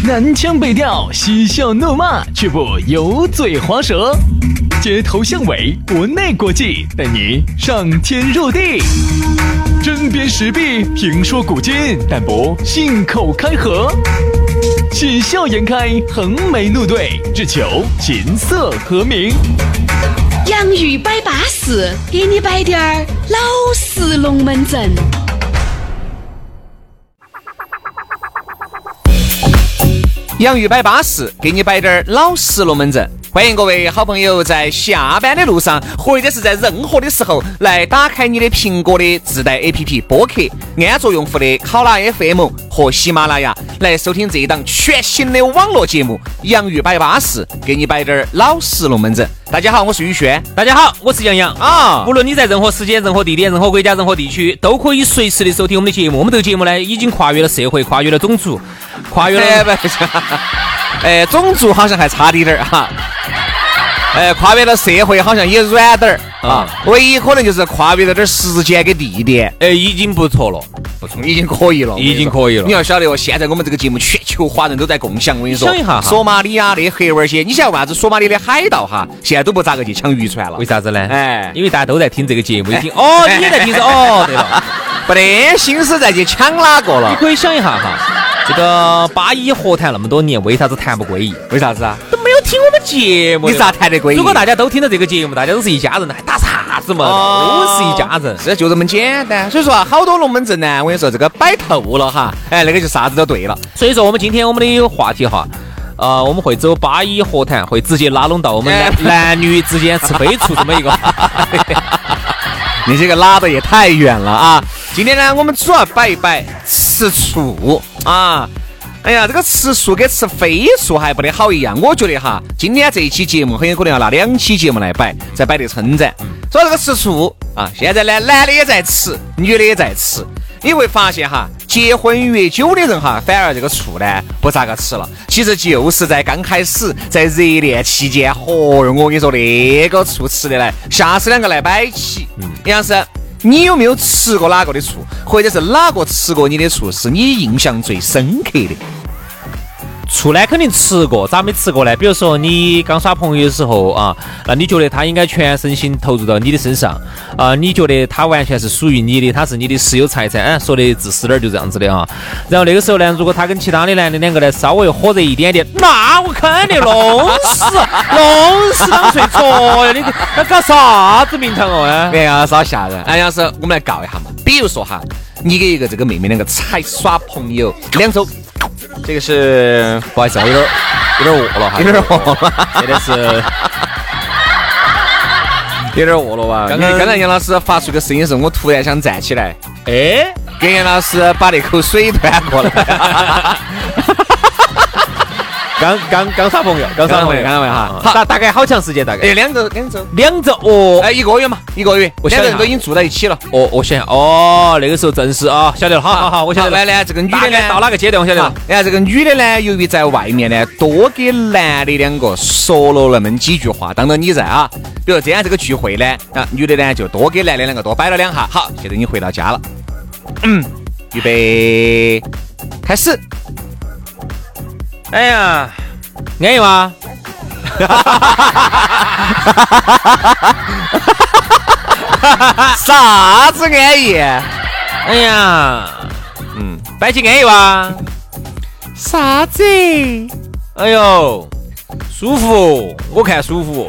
南腔北调，嬉笑怒骂，却不油嘴滑舌。街头巷尾，国内国际，带你上天入地。针砭时弊，评说古今，但不信口开河。喜笑颜开，横眉怒对，只求琴瑟和鸣。 洋芋摆巴士，给你摆点儿老式龙门阵。 洋芋摆巴士，给你摆点老实龙门阵。欢迎各位好朋友在下班的路上，或者是在任何的时候来打开你的苹果的自带 APP 播客，安卓用户的考拉 FM 和喜马拉雅来收听这一档全新的网络节目洋芋摆巴士，给你摆点老实龙门阵。大家好，我是宇轩。 大家好，我是杨洋啊。无论你在任何时间、任何地点、任何国家、任何地区，都可以随时的收听我们的节目。我们这个节目呢，已经跨越了社会，跨越了种族，跨越了种族好像还差点儿哈。跨越了社会好像也软点儿啊，唯一可能就是跨越了点时间跟地点， 已经不错了， 不错，已经可以了， 已经可以了。 你要晓得哦，现在我们这个节目全球华人都在共享。我跟你说， 想一下， 索马里亚的黑娃些，你晓得为啥子索马里的海盗哈，现在都不咋个去抢渔船了？ 为啥子呢？因为大家都在听这个节目，一听哦， 你也在听哦，对了， 不得心思再去抢哪个了？ 你可以想一下哈，这个8·1和谈那么多年，为啥子谈不归一？ 为啥子啊？ 都没有听我们节目， 你咋谈得归一？ 如果大家都听到这个节目，大家都是一家人，还打啥子嘛？都是一家人， 是就这么简单。所以说啊，好多龙门阵呢，我跟你说，这个摆透了哈，那个就啥子都对了。 所以说，我们今天我们的话题哈。我们会走8·1和谈，会直接拉拢到我们男女之间吃飞醋这么一个。 你这个拉的也太远了啊！今天呢，我们主要摆一摆吃醋啊。哎呀，这个吃醋跟吃飞醋还不得好一样。我觉得哈，今天这一期节目很有可能要拿2期节目来摆，才摆得称赞。说这个吃醋啊，现在呢，男的也在吃，女的也在吃。你会发现哈，结婚越久的人哈，反而这个醋呢不咋个吃了。其实就是在刚开始，在热恋期间，我跟你说那个醋吃的来，下次2个来摆起。杨老师，你有没有吃过哪个的醋，或者是哪个吃过你的醋是你印象最深刻的？ 醋呢肯定吃过，咋没吃过呢？比如说你刚耍朋友的时候啊，那你觉得他应该全身心投入到你的身上啊，你觉得他完全是属于你的，他是你的私有财产，说的自私点就这样子的啊。然后那个时候呢，如果他跟其他的男的2个呢稍微火热一点点，那我肯定弄死当睡着呀！你那搞啥子名堂哦？ 哎呀，稍吓人！哎呀，是我们来告一下嘛。比如说哈，你跟一个这个妹妹2个才耍朋友2周。这个是不好意思，有点饿了哈， 有点饿了， 现在是有点饿了吧？刚才杨老师发出个声音时候，我突然想站起来，给杨老师把那口水端过来。 刚耍朋友，刚耍朋友哈，大概好长时间？大概 2周哦 ，1个月嘛，1个月，我2个人都已经住在一起了。 我想那个时候正是啊，晓得了，好，我晓得了。 来，这个女的呢到哪个阶段我晓得了。 然后这个女的呢，由于在外面呢多给男的2个说了那么几句话，当着你在啊，比如这样这个聚会呢，女的呢就多给男的2个多摆了2下。好，现在你回到家了，预备，开始。 哎呀，安逸吗？ 啥子安逸？ 哎呀，摆起安逸哇？ 啥子？ 哎呦，舒服，我看舒服。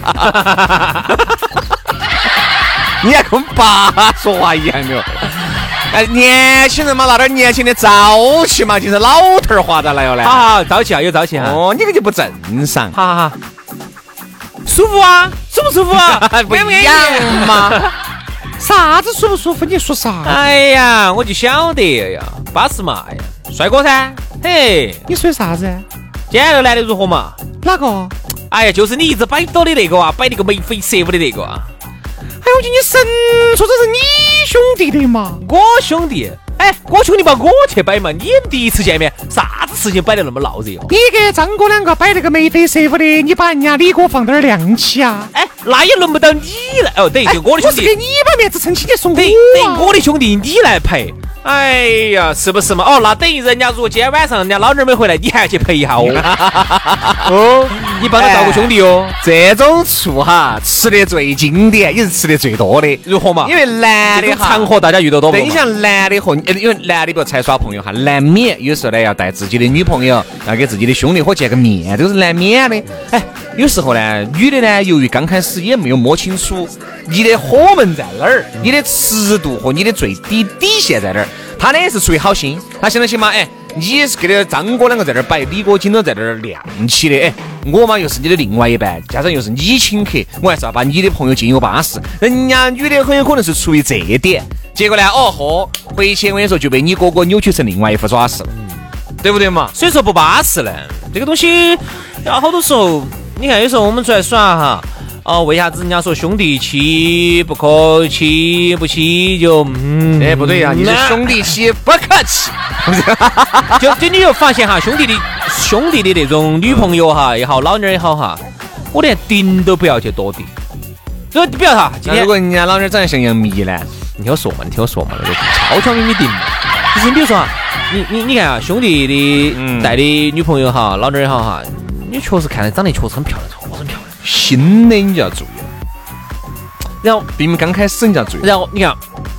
你还跟爸说话一样的。年轻人嘛，拿点年轻的朝气嘛，就是老头儿话咋来了呢？ 好，朝气啊，有朝气啊！ 哦，你这就不正常。 好，舒服啊，舒不舒服啊？ 不一样嘛？啥子舒不舒服？你说啥？ 哎呀，我就晓得呀，巴适嘛呀，帅哥噻。嘿， 你说啥子？ 今天那个男的如何嘛？ 哪个？ 哎呀，就是你一直摆到的那个啊，摆那个眉飞色舞的那个啊。 哎呦，你神说这是你兄弟的嘛？ 我兄弟，我兄弟把我去摆嘛，你们第一次见面，啥子事情摆得那么闹热哦？ 你跟张哥2个摆那个眉飞色舞的，你把人家李哥放点亮起啊？ 那也轮不到你来哦，等于就我的兄弟， 我是给你把面子撑起，你说我等于我的兄弟你来陪。 哎呀，是不是嘛？哦，那等于人家如果今天晚上人家老娘没回来，你还要去陪一下哦。哦，你帮他照顾兄弟哦。 这种醋哈，吃的最经典，也是吃的最多的。 如何嘛？ 因为男的哈， 场合大家遇到多不多？ 对，你像男的和因为男的不才耍朋友哈，难免有时候呢要带自己的女朋友，要给自己的兄弟伙见个面，都是难免的。哎，有时候呢，女的呢，由于刚开始也没有摸清楚你的火门在哪儿，你的尺度和你的最低底线在哪儿。他呢也是出于好心，他想到起嘛，哎，你也是跟着张哥两个在这儿摆，李哥今都在这儿亮起的，哎，我嘛又是你的另外一半，加上又是你请客，我还是要把你的朋友进入巴适。人家女的很有可能是出于这一点，结果呢，哦呵，回去我跟你说就被你哥哥扭曲成另外一副爪式了，对不对嘛？ 所以说不巴适呢，这个东西，好多时候，你看有时候我们出来耍哈。哦，为啥子人家说兄弟气不可气，不气就哎不对呀，你是兄弟气不可气， 就你就发现哈，兄弟的那种女朋友哈也好，老娘也好哈，我连顶都不要去多顶，所以不要哈。 如果人家老娘长得像杨幂呢， 你听我说嘛，那就悄悄给你顶嘛。就是你比如说哈，你看啊，兄弟的带的女朋友哈，老娘也好哈，你确实看着长得确实很漂亮，确实很漂亮。 新的你就要注意了，然后比你刚开始你就要注意， 然后你看，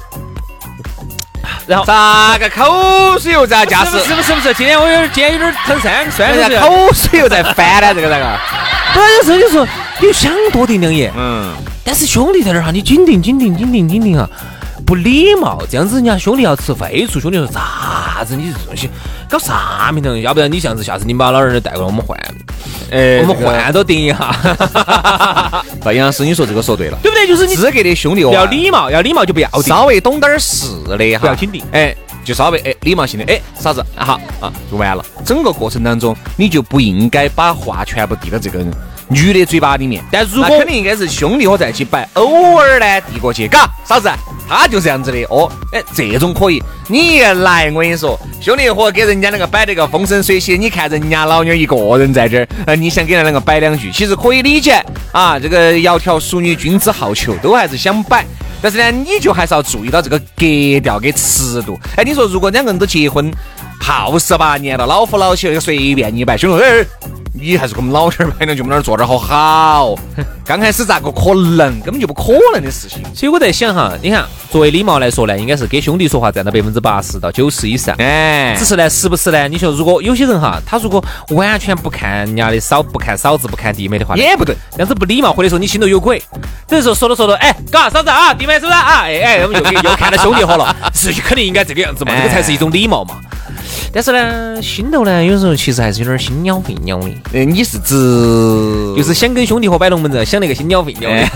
然后咋个口水又在加是？ 是不是？今天有点疼酸， 口水又在翻了，这个那个。 不然有时候就说你想多顶两眼，但是兄弟在这儿哈，你紧顶啊，不礼貌，这样子人家兄弟要吃废除，兄弟说啥子？你这东西搞啥名堂？要不然你这样子，下次你把老人带过来，我们换。我们换都顶一下。 杨老师，你说这个说对了， 对不对？就是你资格的兄弟要礼貌就不要顶， 稍微懂点事的哈， 不要紧顶， 哎，就稍微礼貌性的，嫂子，好啊，就完了。整个过程当中，你就不应该把话全部递到这个女的嘴巴里面， 但如果肯定应该是兄弟伙在一起摆，偶尔呢递过去，嘎，嫂子，他就这样子的哦，这种可以。你一来，我跟你说，兄弟伙给人家那个摆那个风生水起，你看人家老妞一个人在这儿，你想给人那个摆两句，其实可以理解啊。这个窈窕淑女，君子好逑，都还是想摆，但是呢，你就还是要注意到这个格调跟尺度。哎，你说如果两个人都结婚好18年了，老夫老妻，随便你摆，兄弟，你还是跟我们老点儿摆两句，我们那儿坐这儿好。刚开始咋个可能？根本就不可能的事情。 所以我在想哈，你看，作为礼貌来说呢，应该是给兄弟说话占到80%到90%以上。只是呢，时不时呢，你说如果有些人哈，他如果完全不看人家的不看嫂子，不看弟妹的话， 也不对， 这样子不礼貌，或者说你心头有鬼。这时候说着，搞嫂子啊，弟妹是不是啊？我们又看到兄弟伙了，是肯定应该这个样子嘛，这个才是一种礼貌嘛。但是呢，心头呢，有时候其实还是有点心鸟肺鸟的。 你是指就是想跟兄弟伙摆龙门阵，想那个心鸟肺鸟的。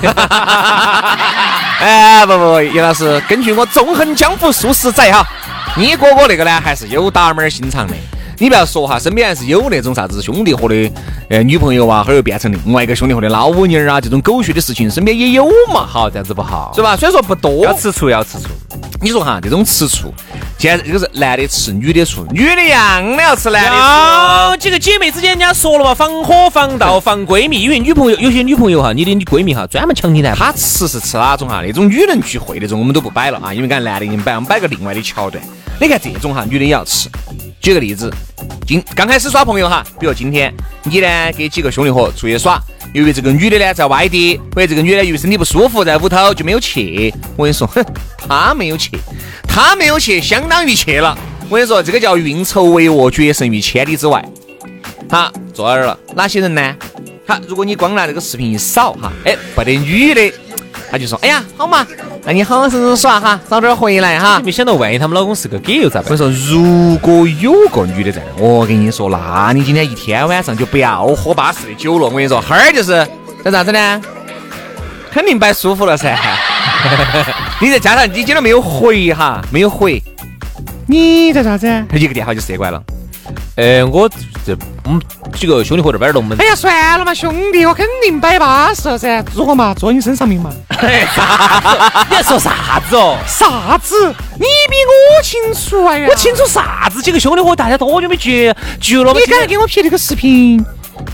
不，叶老师，根据我纵横江湖数十载哈，你哥哥那个呢还是有打门心肠的。你不要说哈，身边还是有那种啥子兄弟伙的女朋友啊，后又变成另外一个兄弟伙的老妞啊，这种狗血的事情身边也有嘛。 好，这样子不好， 是吧？虽然说不多， 要吃醋。 你说哈，这种吃醋，现在这个是男的吃女的醋，女的样的要吃男的醋。 几个姐妹之间人家说了嘛，防火防盗防闺蜜，因为有些女朋友哈，你的闺蜜哈专门抢你男朋友。 她吃是吃哪种哈？那种女人聚会那种我们都不摆了啊，因为刚才男的已经摆，我们摆个另外的桥段。你看这种哈，女的也要吃。举个例子，刚开始耍朋友哈，比如今天你呢给几个兄弟伙出去耍，由于这个女的呢在外地，或者这个女的由于身体不舒服在屋头就没有去。我跟你说，她没有去，相当于去了。我跟你说，这个叫运筹帷幄，决胜于千里之外。好，坐那儿了，哪些人呢？好，如果你光拿这个视频一扫哈，不得女的，他就说，哎呀，好嘛，那你好好生耍哈，早点回来哈。 没想到万一他们老公是个 gay 又咋办？ 我说，如果有个女的在那，我跟你说，那你今天一天晚上就不要喝巴适的酒了。我跟你说，哈儿就是在啥子呢？肯定摆舒服了噻。你再加上你今天没有回哈，没有回，你在啥子？一个电话就射过来了。 我几个兄弟伙这边龙门。 哎呀，算了嘛，兄弟，我肯定摆巴适了噻。如何嘛？坐你身上面嘛。 你在说啥子哦？ 啥子？你比我清楚哎呀！ 我清楚啥子？几个兄弟伙大家多久没聚了？ 你刚才给我拍那个视频，你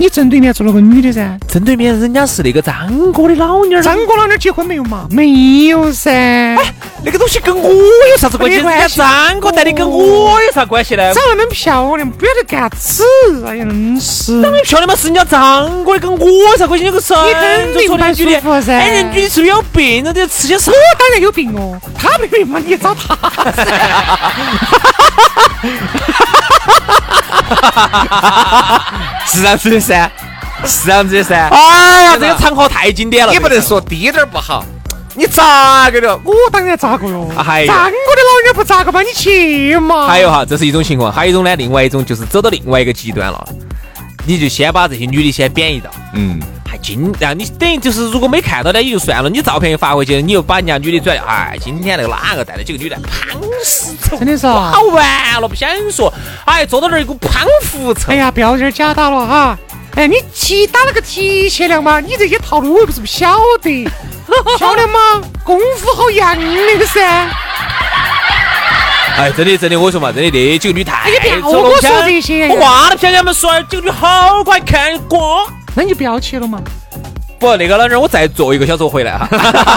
你正对面坐了个女的噻， 正对面人家是那个张哥的老妞儿。 张哥老妞结婚没有嘛？没有噻。 那个东西跟我有啥子关系？人家张哥带的跟我有啥关系呢？ 长得那么漂亮，不要再干子，哎呀，真是。 长得漂亮嘛，是人家张哥的，跟我有啥关系？有个神你肯定不舒服噻。 哎，人女的是不是有病？人家吃些啥？ 我当然有病哦，他没病嘛，你找他噻。 是这样子的噻，是这样子的噻。 哎呀，这个场合太经典了， 也不能说滴点儿不好。你咋个的？ 我当然咋个哟。 还张哥的老妞不咋个嘛，你去嘛。 还有哈，这是一种情况，还有一种呢，另外一种就是走到另外一个极端了，你就先把这些女的先贬一道。还然后你等于就是如果没看到呢也就算了，你照片又发回去，你又把人家女的转，哎，今天那个哪个带了几个女的，胖死丑， 真的是好完了，不想说，哎，坐到那儿一股胖腐臭。 哎呀，不要这儿假打了哈。哎，你提打了个提前量嘛，你这些套路我又不是不晓得。漂亮吗？功夫好洋那个噻。 哎，真的，我说嘛，真的那几个女太丑了。我说这些， 我话都偏他们说，几个女好快看光。 那你就不要去了嘛。 不，那个老妞，我再坐1个小时回来哈。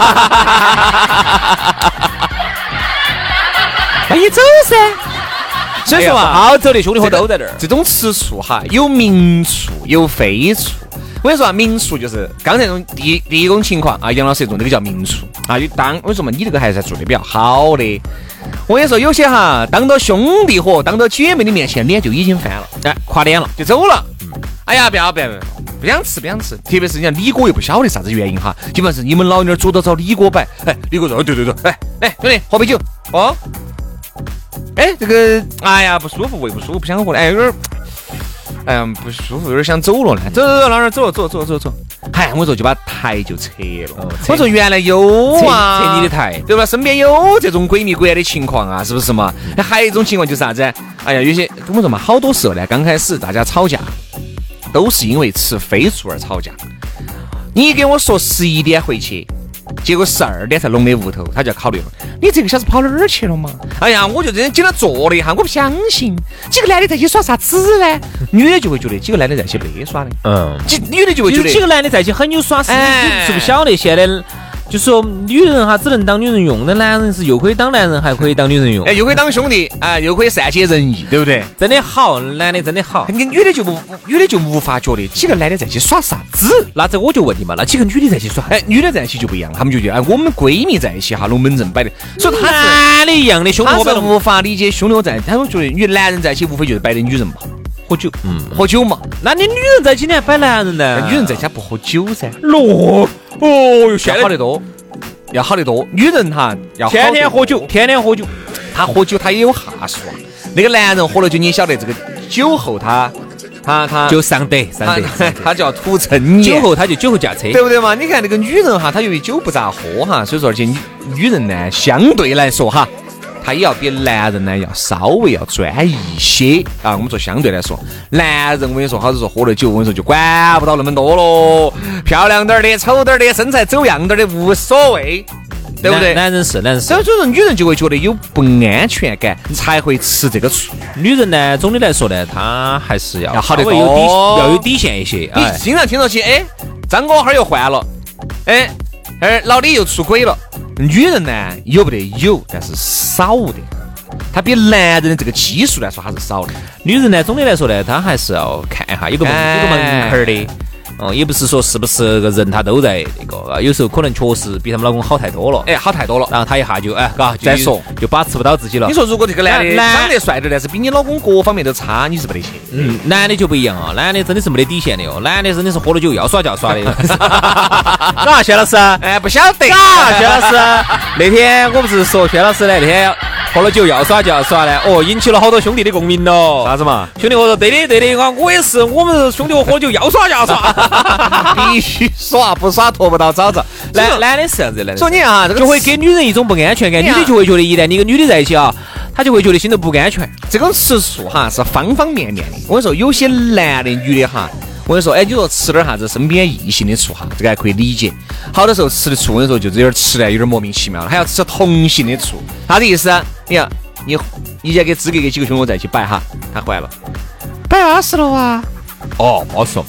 那你走噻。 所以说嘛， 好走的兄弟伙都在这儿。 这种吃醋哈，有明处有非处。我跟你说啊，明处就是刚才那种第一种情况啊，杨老师这种那个叫明处啊。就当我说嘛，你这个还是做的比较好的。我跟你说，有些哈，当到兄弟伙、当到姐妹的面前，脸就已经翻了， 哎，垮脸了， 就走了。哎呀，不要，不想吃。特别是人家李哥又不晓得啥子原因哈，基本上是你们老妞走到找李哥摆，哎，李哥说对，哎，兄弟喝杯酒哦。哎，这个，哎呀，不舒服，胃不舒服，不想喝了，哎，有点。哎呀，不舒服，有点想走了呢。走，老妞走。嗨，我说就把台就撤了。我说原来有啊， 撤你的台， 对吧？身边有这种鬼迷鬼眼的情况啊，是不是嘛？还有一种情况就是啥子？哎呀，有些跟我说嘛，好多时候呢，刚开始大家吵架都是因为吃非醋而吵架。你给我说11点回去，结果12点才弄的屋头，他就要考虑了。 你这个小时跑哪儿去了嘛？ 哎呀，我就真经常坐了一下，我不相信几个男的在一起耍啥子呢？ 女的就会觉得几个男的在一起没耍的，女的就会觉得几个男的在一起很有耍事，你是不晓得现在就说女人哈只能当女人用的，男人是又可以当男人，还可以当女人用， 哎，又可以当兄弟，哎，又可以善解人意，对不对？ 真的好，男的真的好。 你女的就无法觉得几个男的在一起耍啥子。 那这我就问你嘛，那几个女的在一起耍， 哎，女的在一起就不一样，他们就觉得哎，我们闺蜜在一起哈，龙门阵摆的。所以他男的一样的兄弟伙摆的， 无法理解兄弟伙在，他们觉得男人在一起无非就是摆的女人嘛， 喝酒， 喝酒嘛。 那你女人在一起你还摆男人呢？ 女人在家不喝酒噻。 现在好得多。要好得多，女人哈要天天喝酒， 她喝酒她也有下数啊。那个男人喝了酒，你晓得这个酒后他就上得， 他就要吐陈年， 酒后他就酒后驾车， 对不对嘛？你看那个女人哈，她由于酒不咋喝哈，所以说而且女人呢相对来说哈，她也要比男人呢要稍微要专一些啊。我们说相对来说，男人我跟你说，好多时候喝了酒，我跟你说就管不到那么多喽，漂亮点的、丑点的、身材走样点的无所谓，对不对？ 男人是， 所以说女人就会觉得有不安全感，才会吃这个醋。 女人呢，总的来说呢，她还是要好得多， 要有底线一些。 你经常听到起，哎，张哥哈儿又换了，哎，老李又出轨了。女人呢有不得有，但是少的，她比男人的这个基数来说还是少的。 女人呢，总的来说呢，她还是要看一下有个门槛的。也不是说是不是个人他都在那个，有时候可能确实比他们老公好太多了， 哎，好太多了， 然后他一下就再说就把持不到自己了。 你说如果这个男的长得帅点，但是比你老公各方面都差，你是不得去。 男的就不一样啊，男的真的是没得底线的哦，男的真的是喝了酒要耍就要耍的。嘎，薛老师， 哎，不晓得。 嘎，薛老师，那天我不是说薛老师呢，那天喝了酒要耍就要耍呢，引起了好多兄弟的共鸣咯。 啥子嘛？ 兄弟伙说对的，我也是，我们兄弟伙喝酒要耍就要耍。 必须耍，不耍拖不到早子。 男的是这样子的， 所以你啊，这个就会给女人一种不安全感，女的就会觉得一旦你跟女的在一起啊，她就会觉得心头不安全。 这种吃醋哈是方方面面的。我跟你说，有些男的女的哈，我跟你说，哎，你说吃点啥子身边异性的醋哈，这个还可以理解。好多时候吃的醋，我跟你说就是有点吃来有点莫名其妙了，还要吃同性的醋，啥子意思？你看你先给几个兄弟在一起摆哈，他坏了， 摆20了哇。 80嘛。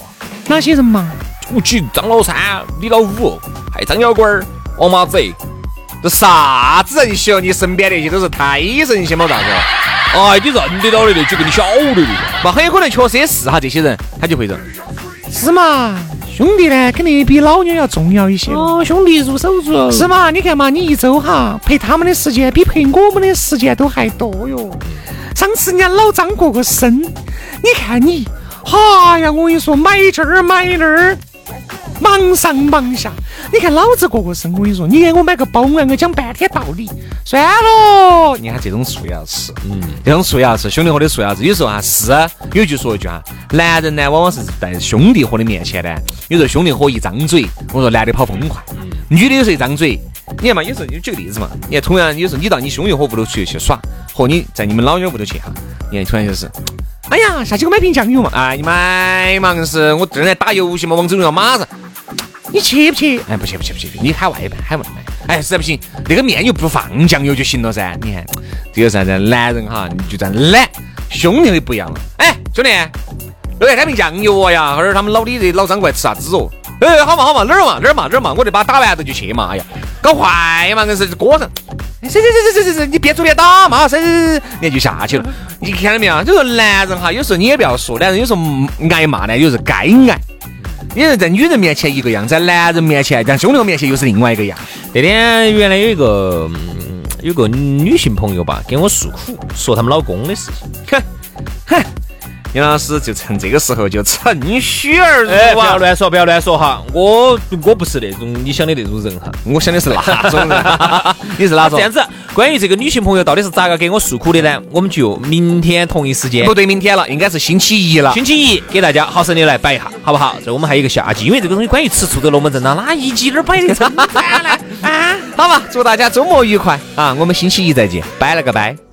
哪些人嘛？ 吴举、张老三、李老五，还有张小官、王麻子。 这啥子人些？你身边那些都是胎神些嘛？咋子？ 哎，你认得到的那几个，你晓得的。 嘛，很有可能确实也是哈，这些人他就会认。 是嘛？兄弟呢，肯定比老娘要重要一些。 哦，兄弟如手足。 是嘛？你看嘛，你一周哈陪他们的时间比陪我们的时间都还多哟。上次人家老张过个生，你看你，哎呀，我跟你说，买这儿买那儿，忙上忙下。你看老子过个生，我跟你说，你给我买个包，我讲半天道理，算了。 你看这种树也要吃，这种树也要吃，兄弟伙的树也要吃。有时候啊，是有一句说一句啊，男人呢往往是在兄弟伙的面前呢，有时候兄弟伙一张嘴，我说男的跑风快，女的有时候一张嘴，你看嘛，有时候你举个例子嘛，你看同样有时候你到你兄弟伙屋头去耍，和你在你们老娘屋头去哈，你看突然就是， 哎呀，下去给我买瓶酱油嘛， 哎，你买嘛，硬是我正在打游戏嘛，王者荣耀马上。 你去不去？ 哎，不去，你海外办。哎，实在不行，那个面又不放酱油就行了噻。你看，这个啥子？男人哈，你就这样懒，兄弟会不一样了。哎，兄弟，留下开瓶酱油啊呀！后儿他们老李的老张过来吃啥子哦？哎，好嘛，哪儿嘛，我就把打完都就去嘛。哎呀，搞坏嘛，硬是锅上。是，你边做边打嘛，你就下去了。你看到没有？就是男人哈，有时候你也不要说，男人有时候挨骂呢，有时候该挨。因为在女人面前一个样，在男人面前，在兄弟面前又是另外一个样。 那天原来有一个女性朋友吧，跟我诉苦，说他们老公的事情。 哼，杨老师就趁这个时候就趁虚而入不要乱说哈，我不是那种你想的那种人哈， 我想的是哪种人？你是哪种？ 这样子，关于这个女性朋友到底是咋个给我诉苦的呢？我们就明天同一时间， 不对，明天了，应该是星期一了。 星期一给大家好生的来摆一下，好不好？这我们还有一个下集，因为这个东西关于吃醋的龙门阵哪一集哪摆的这么烦呢？ 好吧，祝大家周末愉快啊！我们星期一再见，拜了个拜。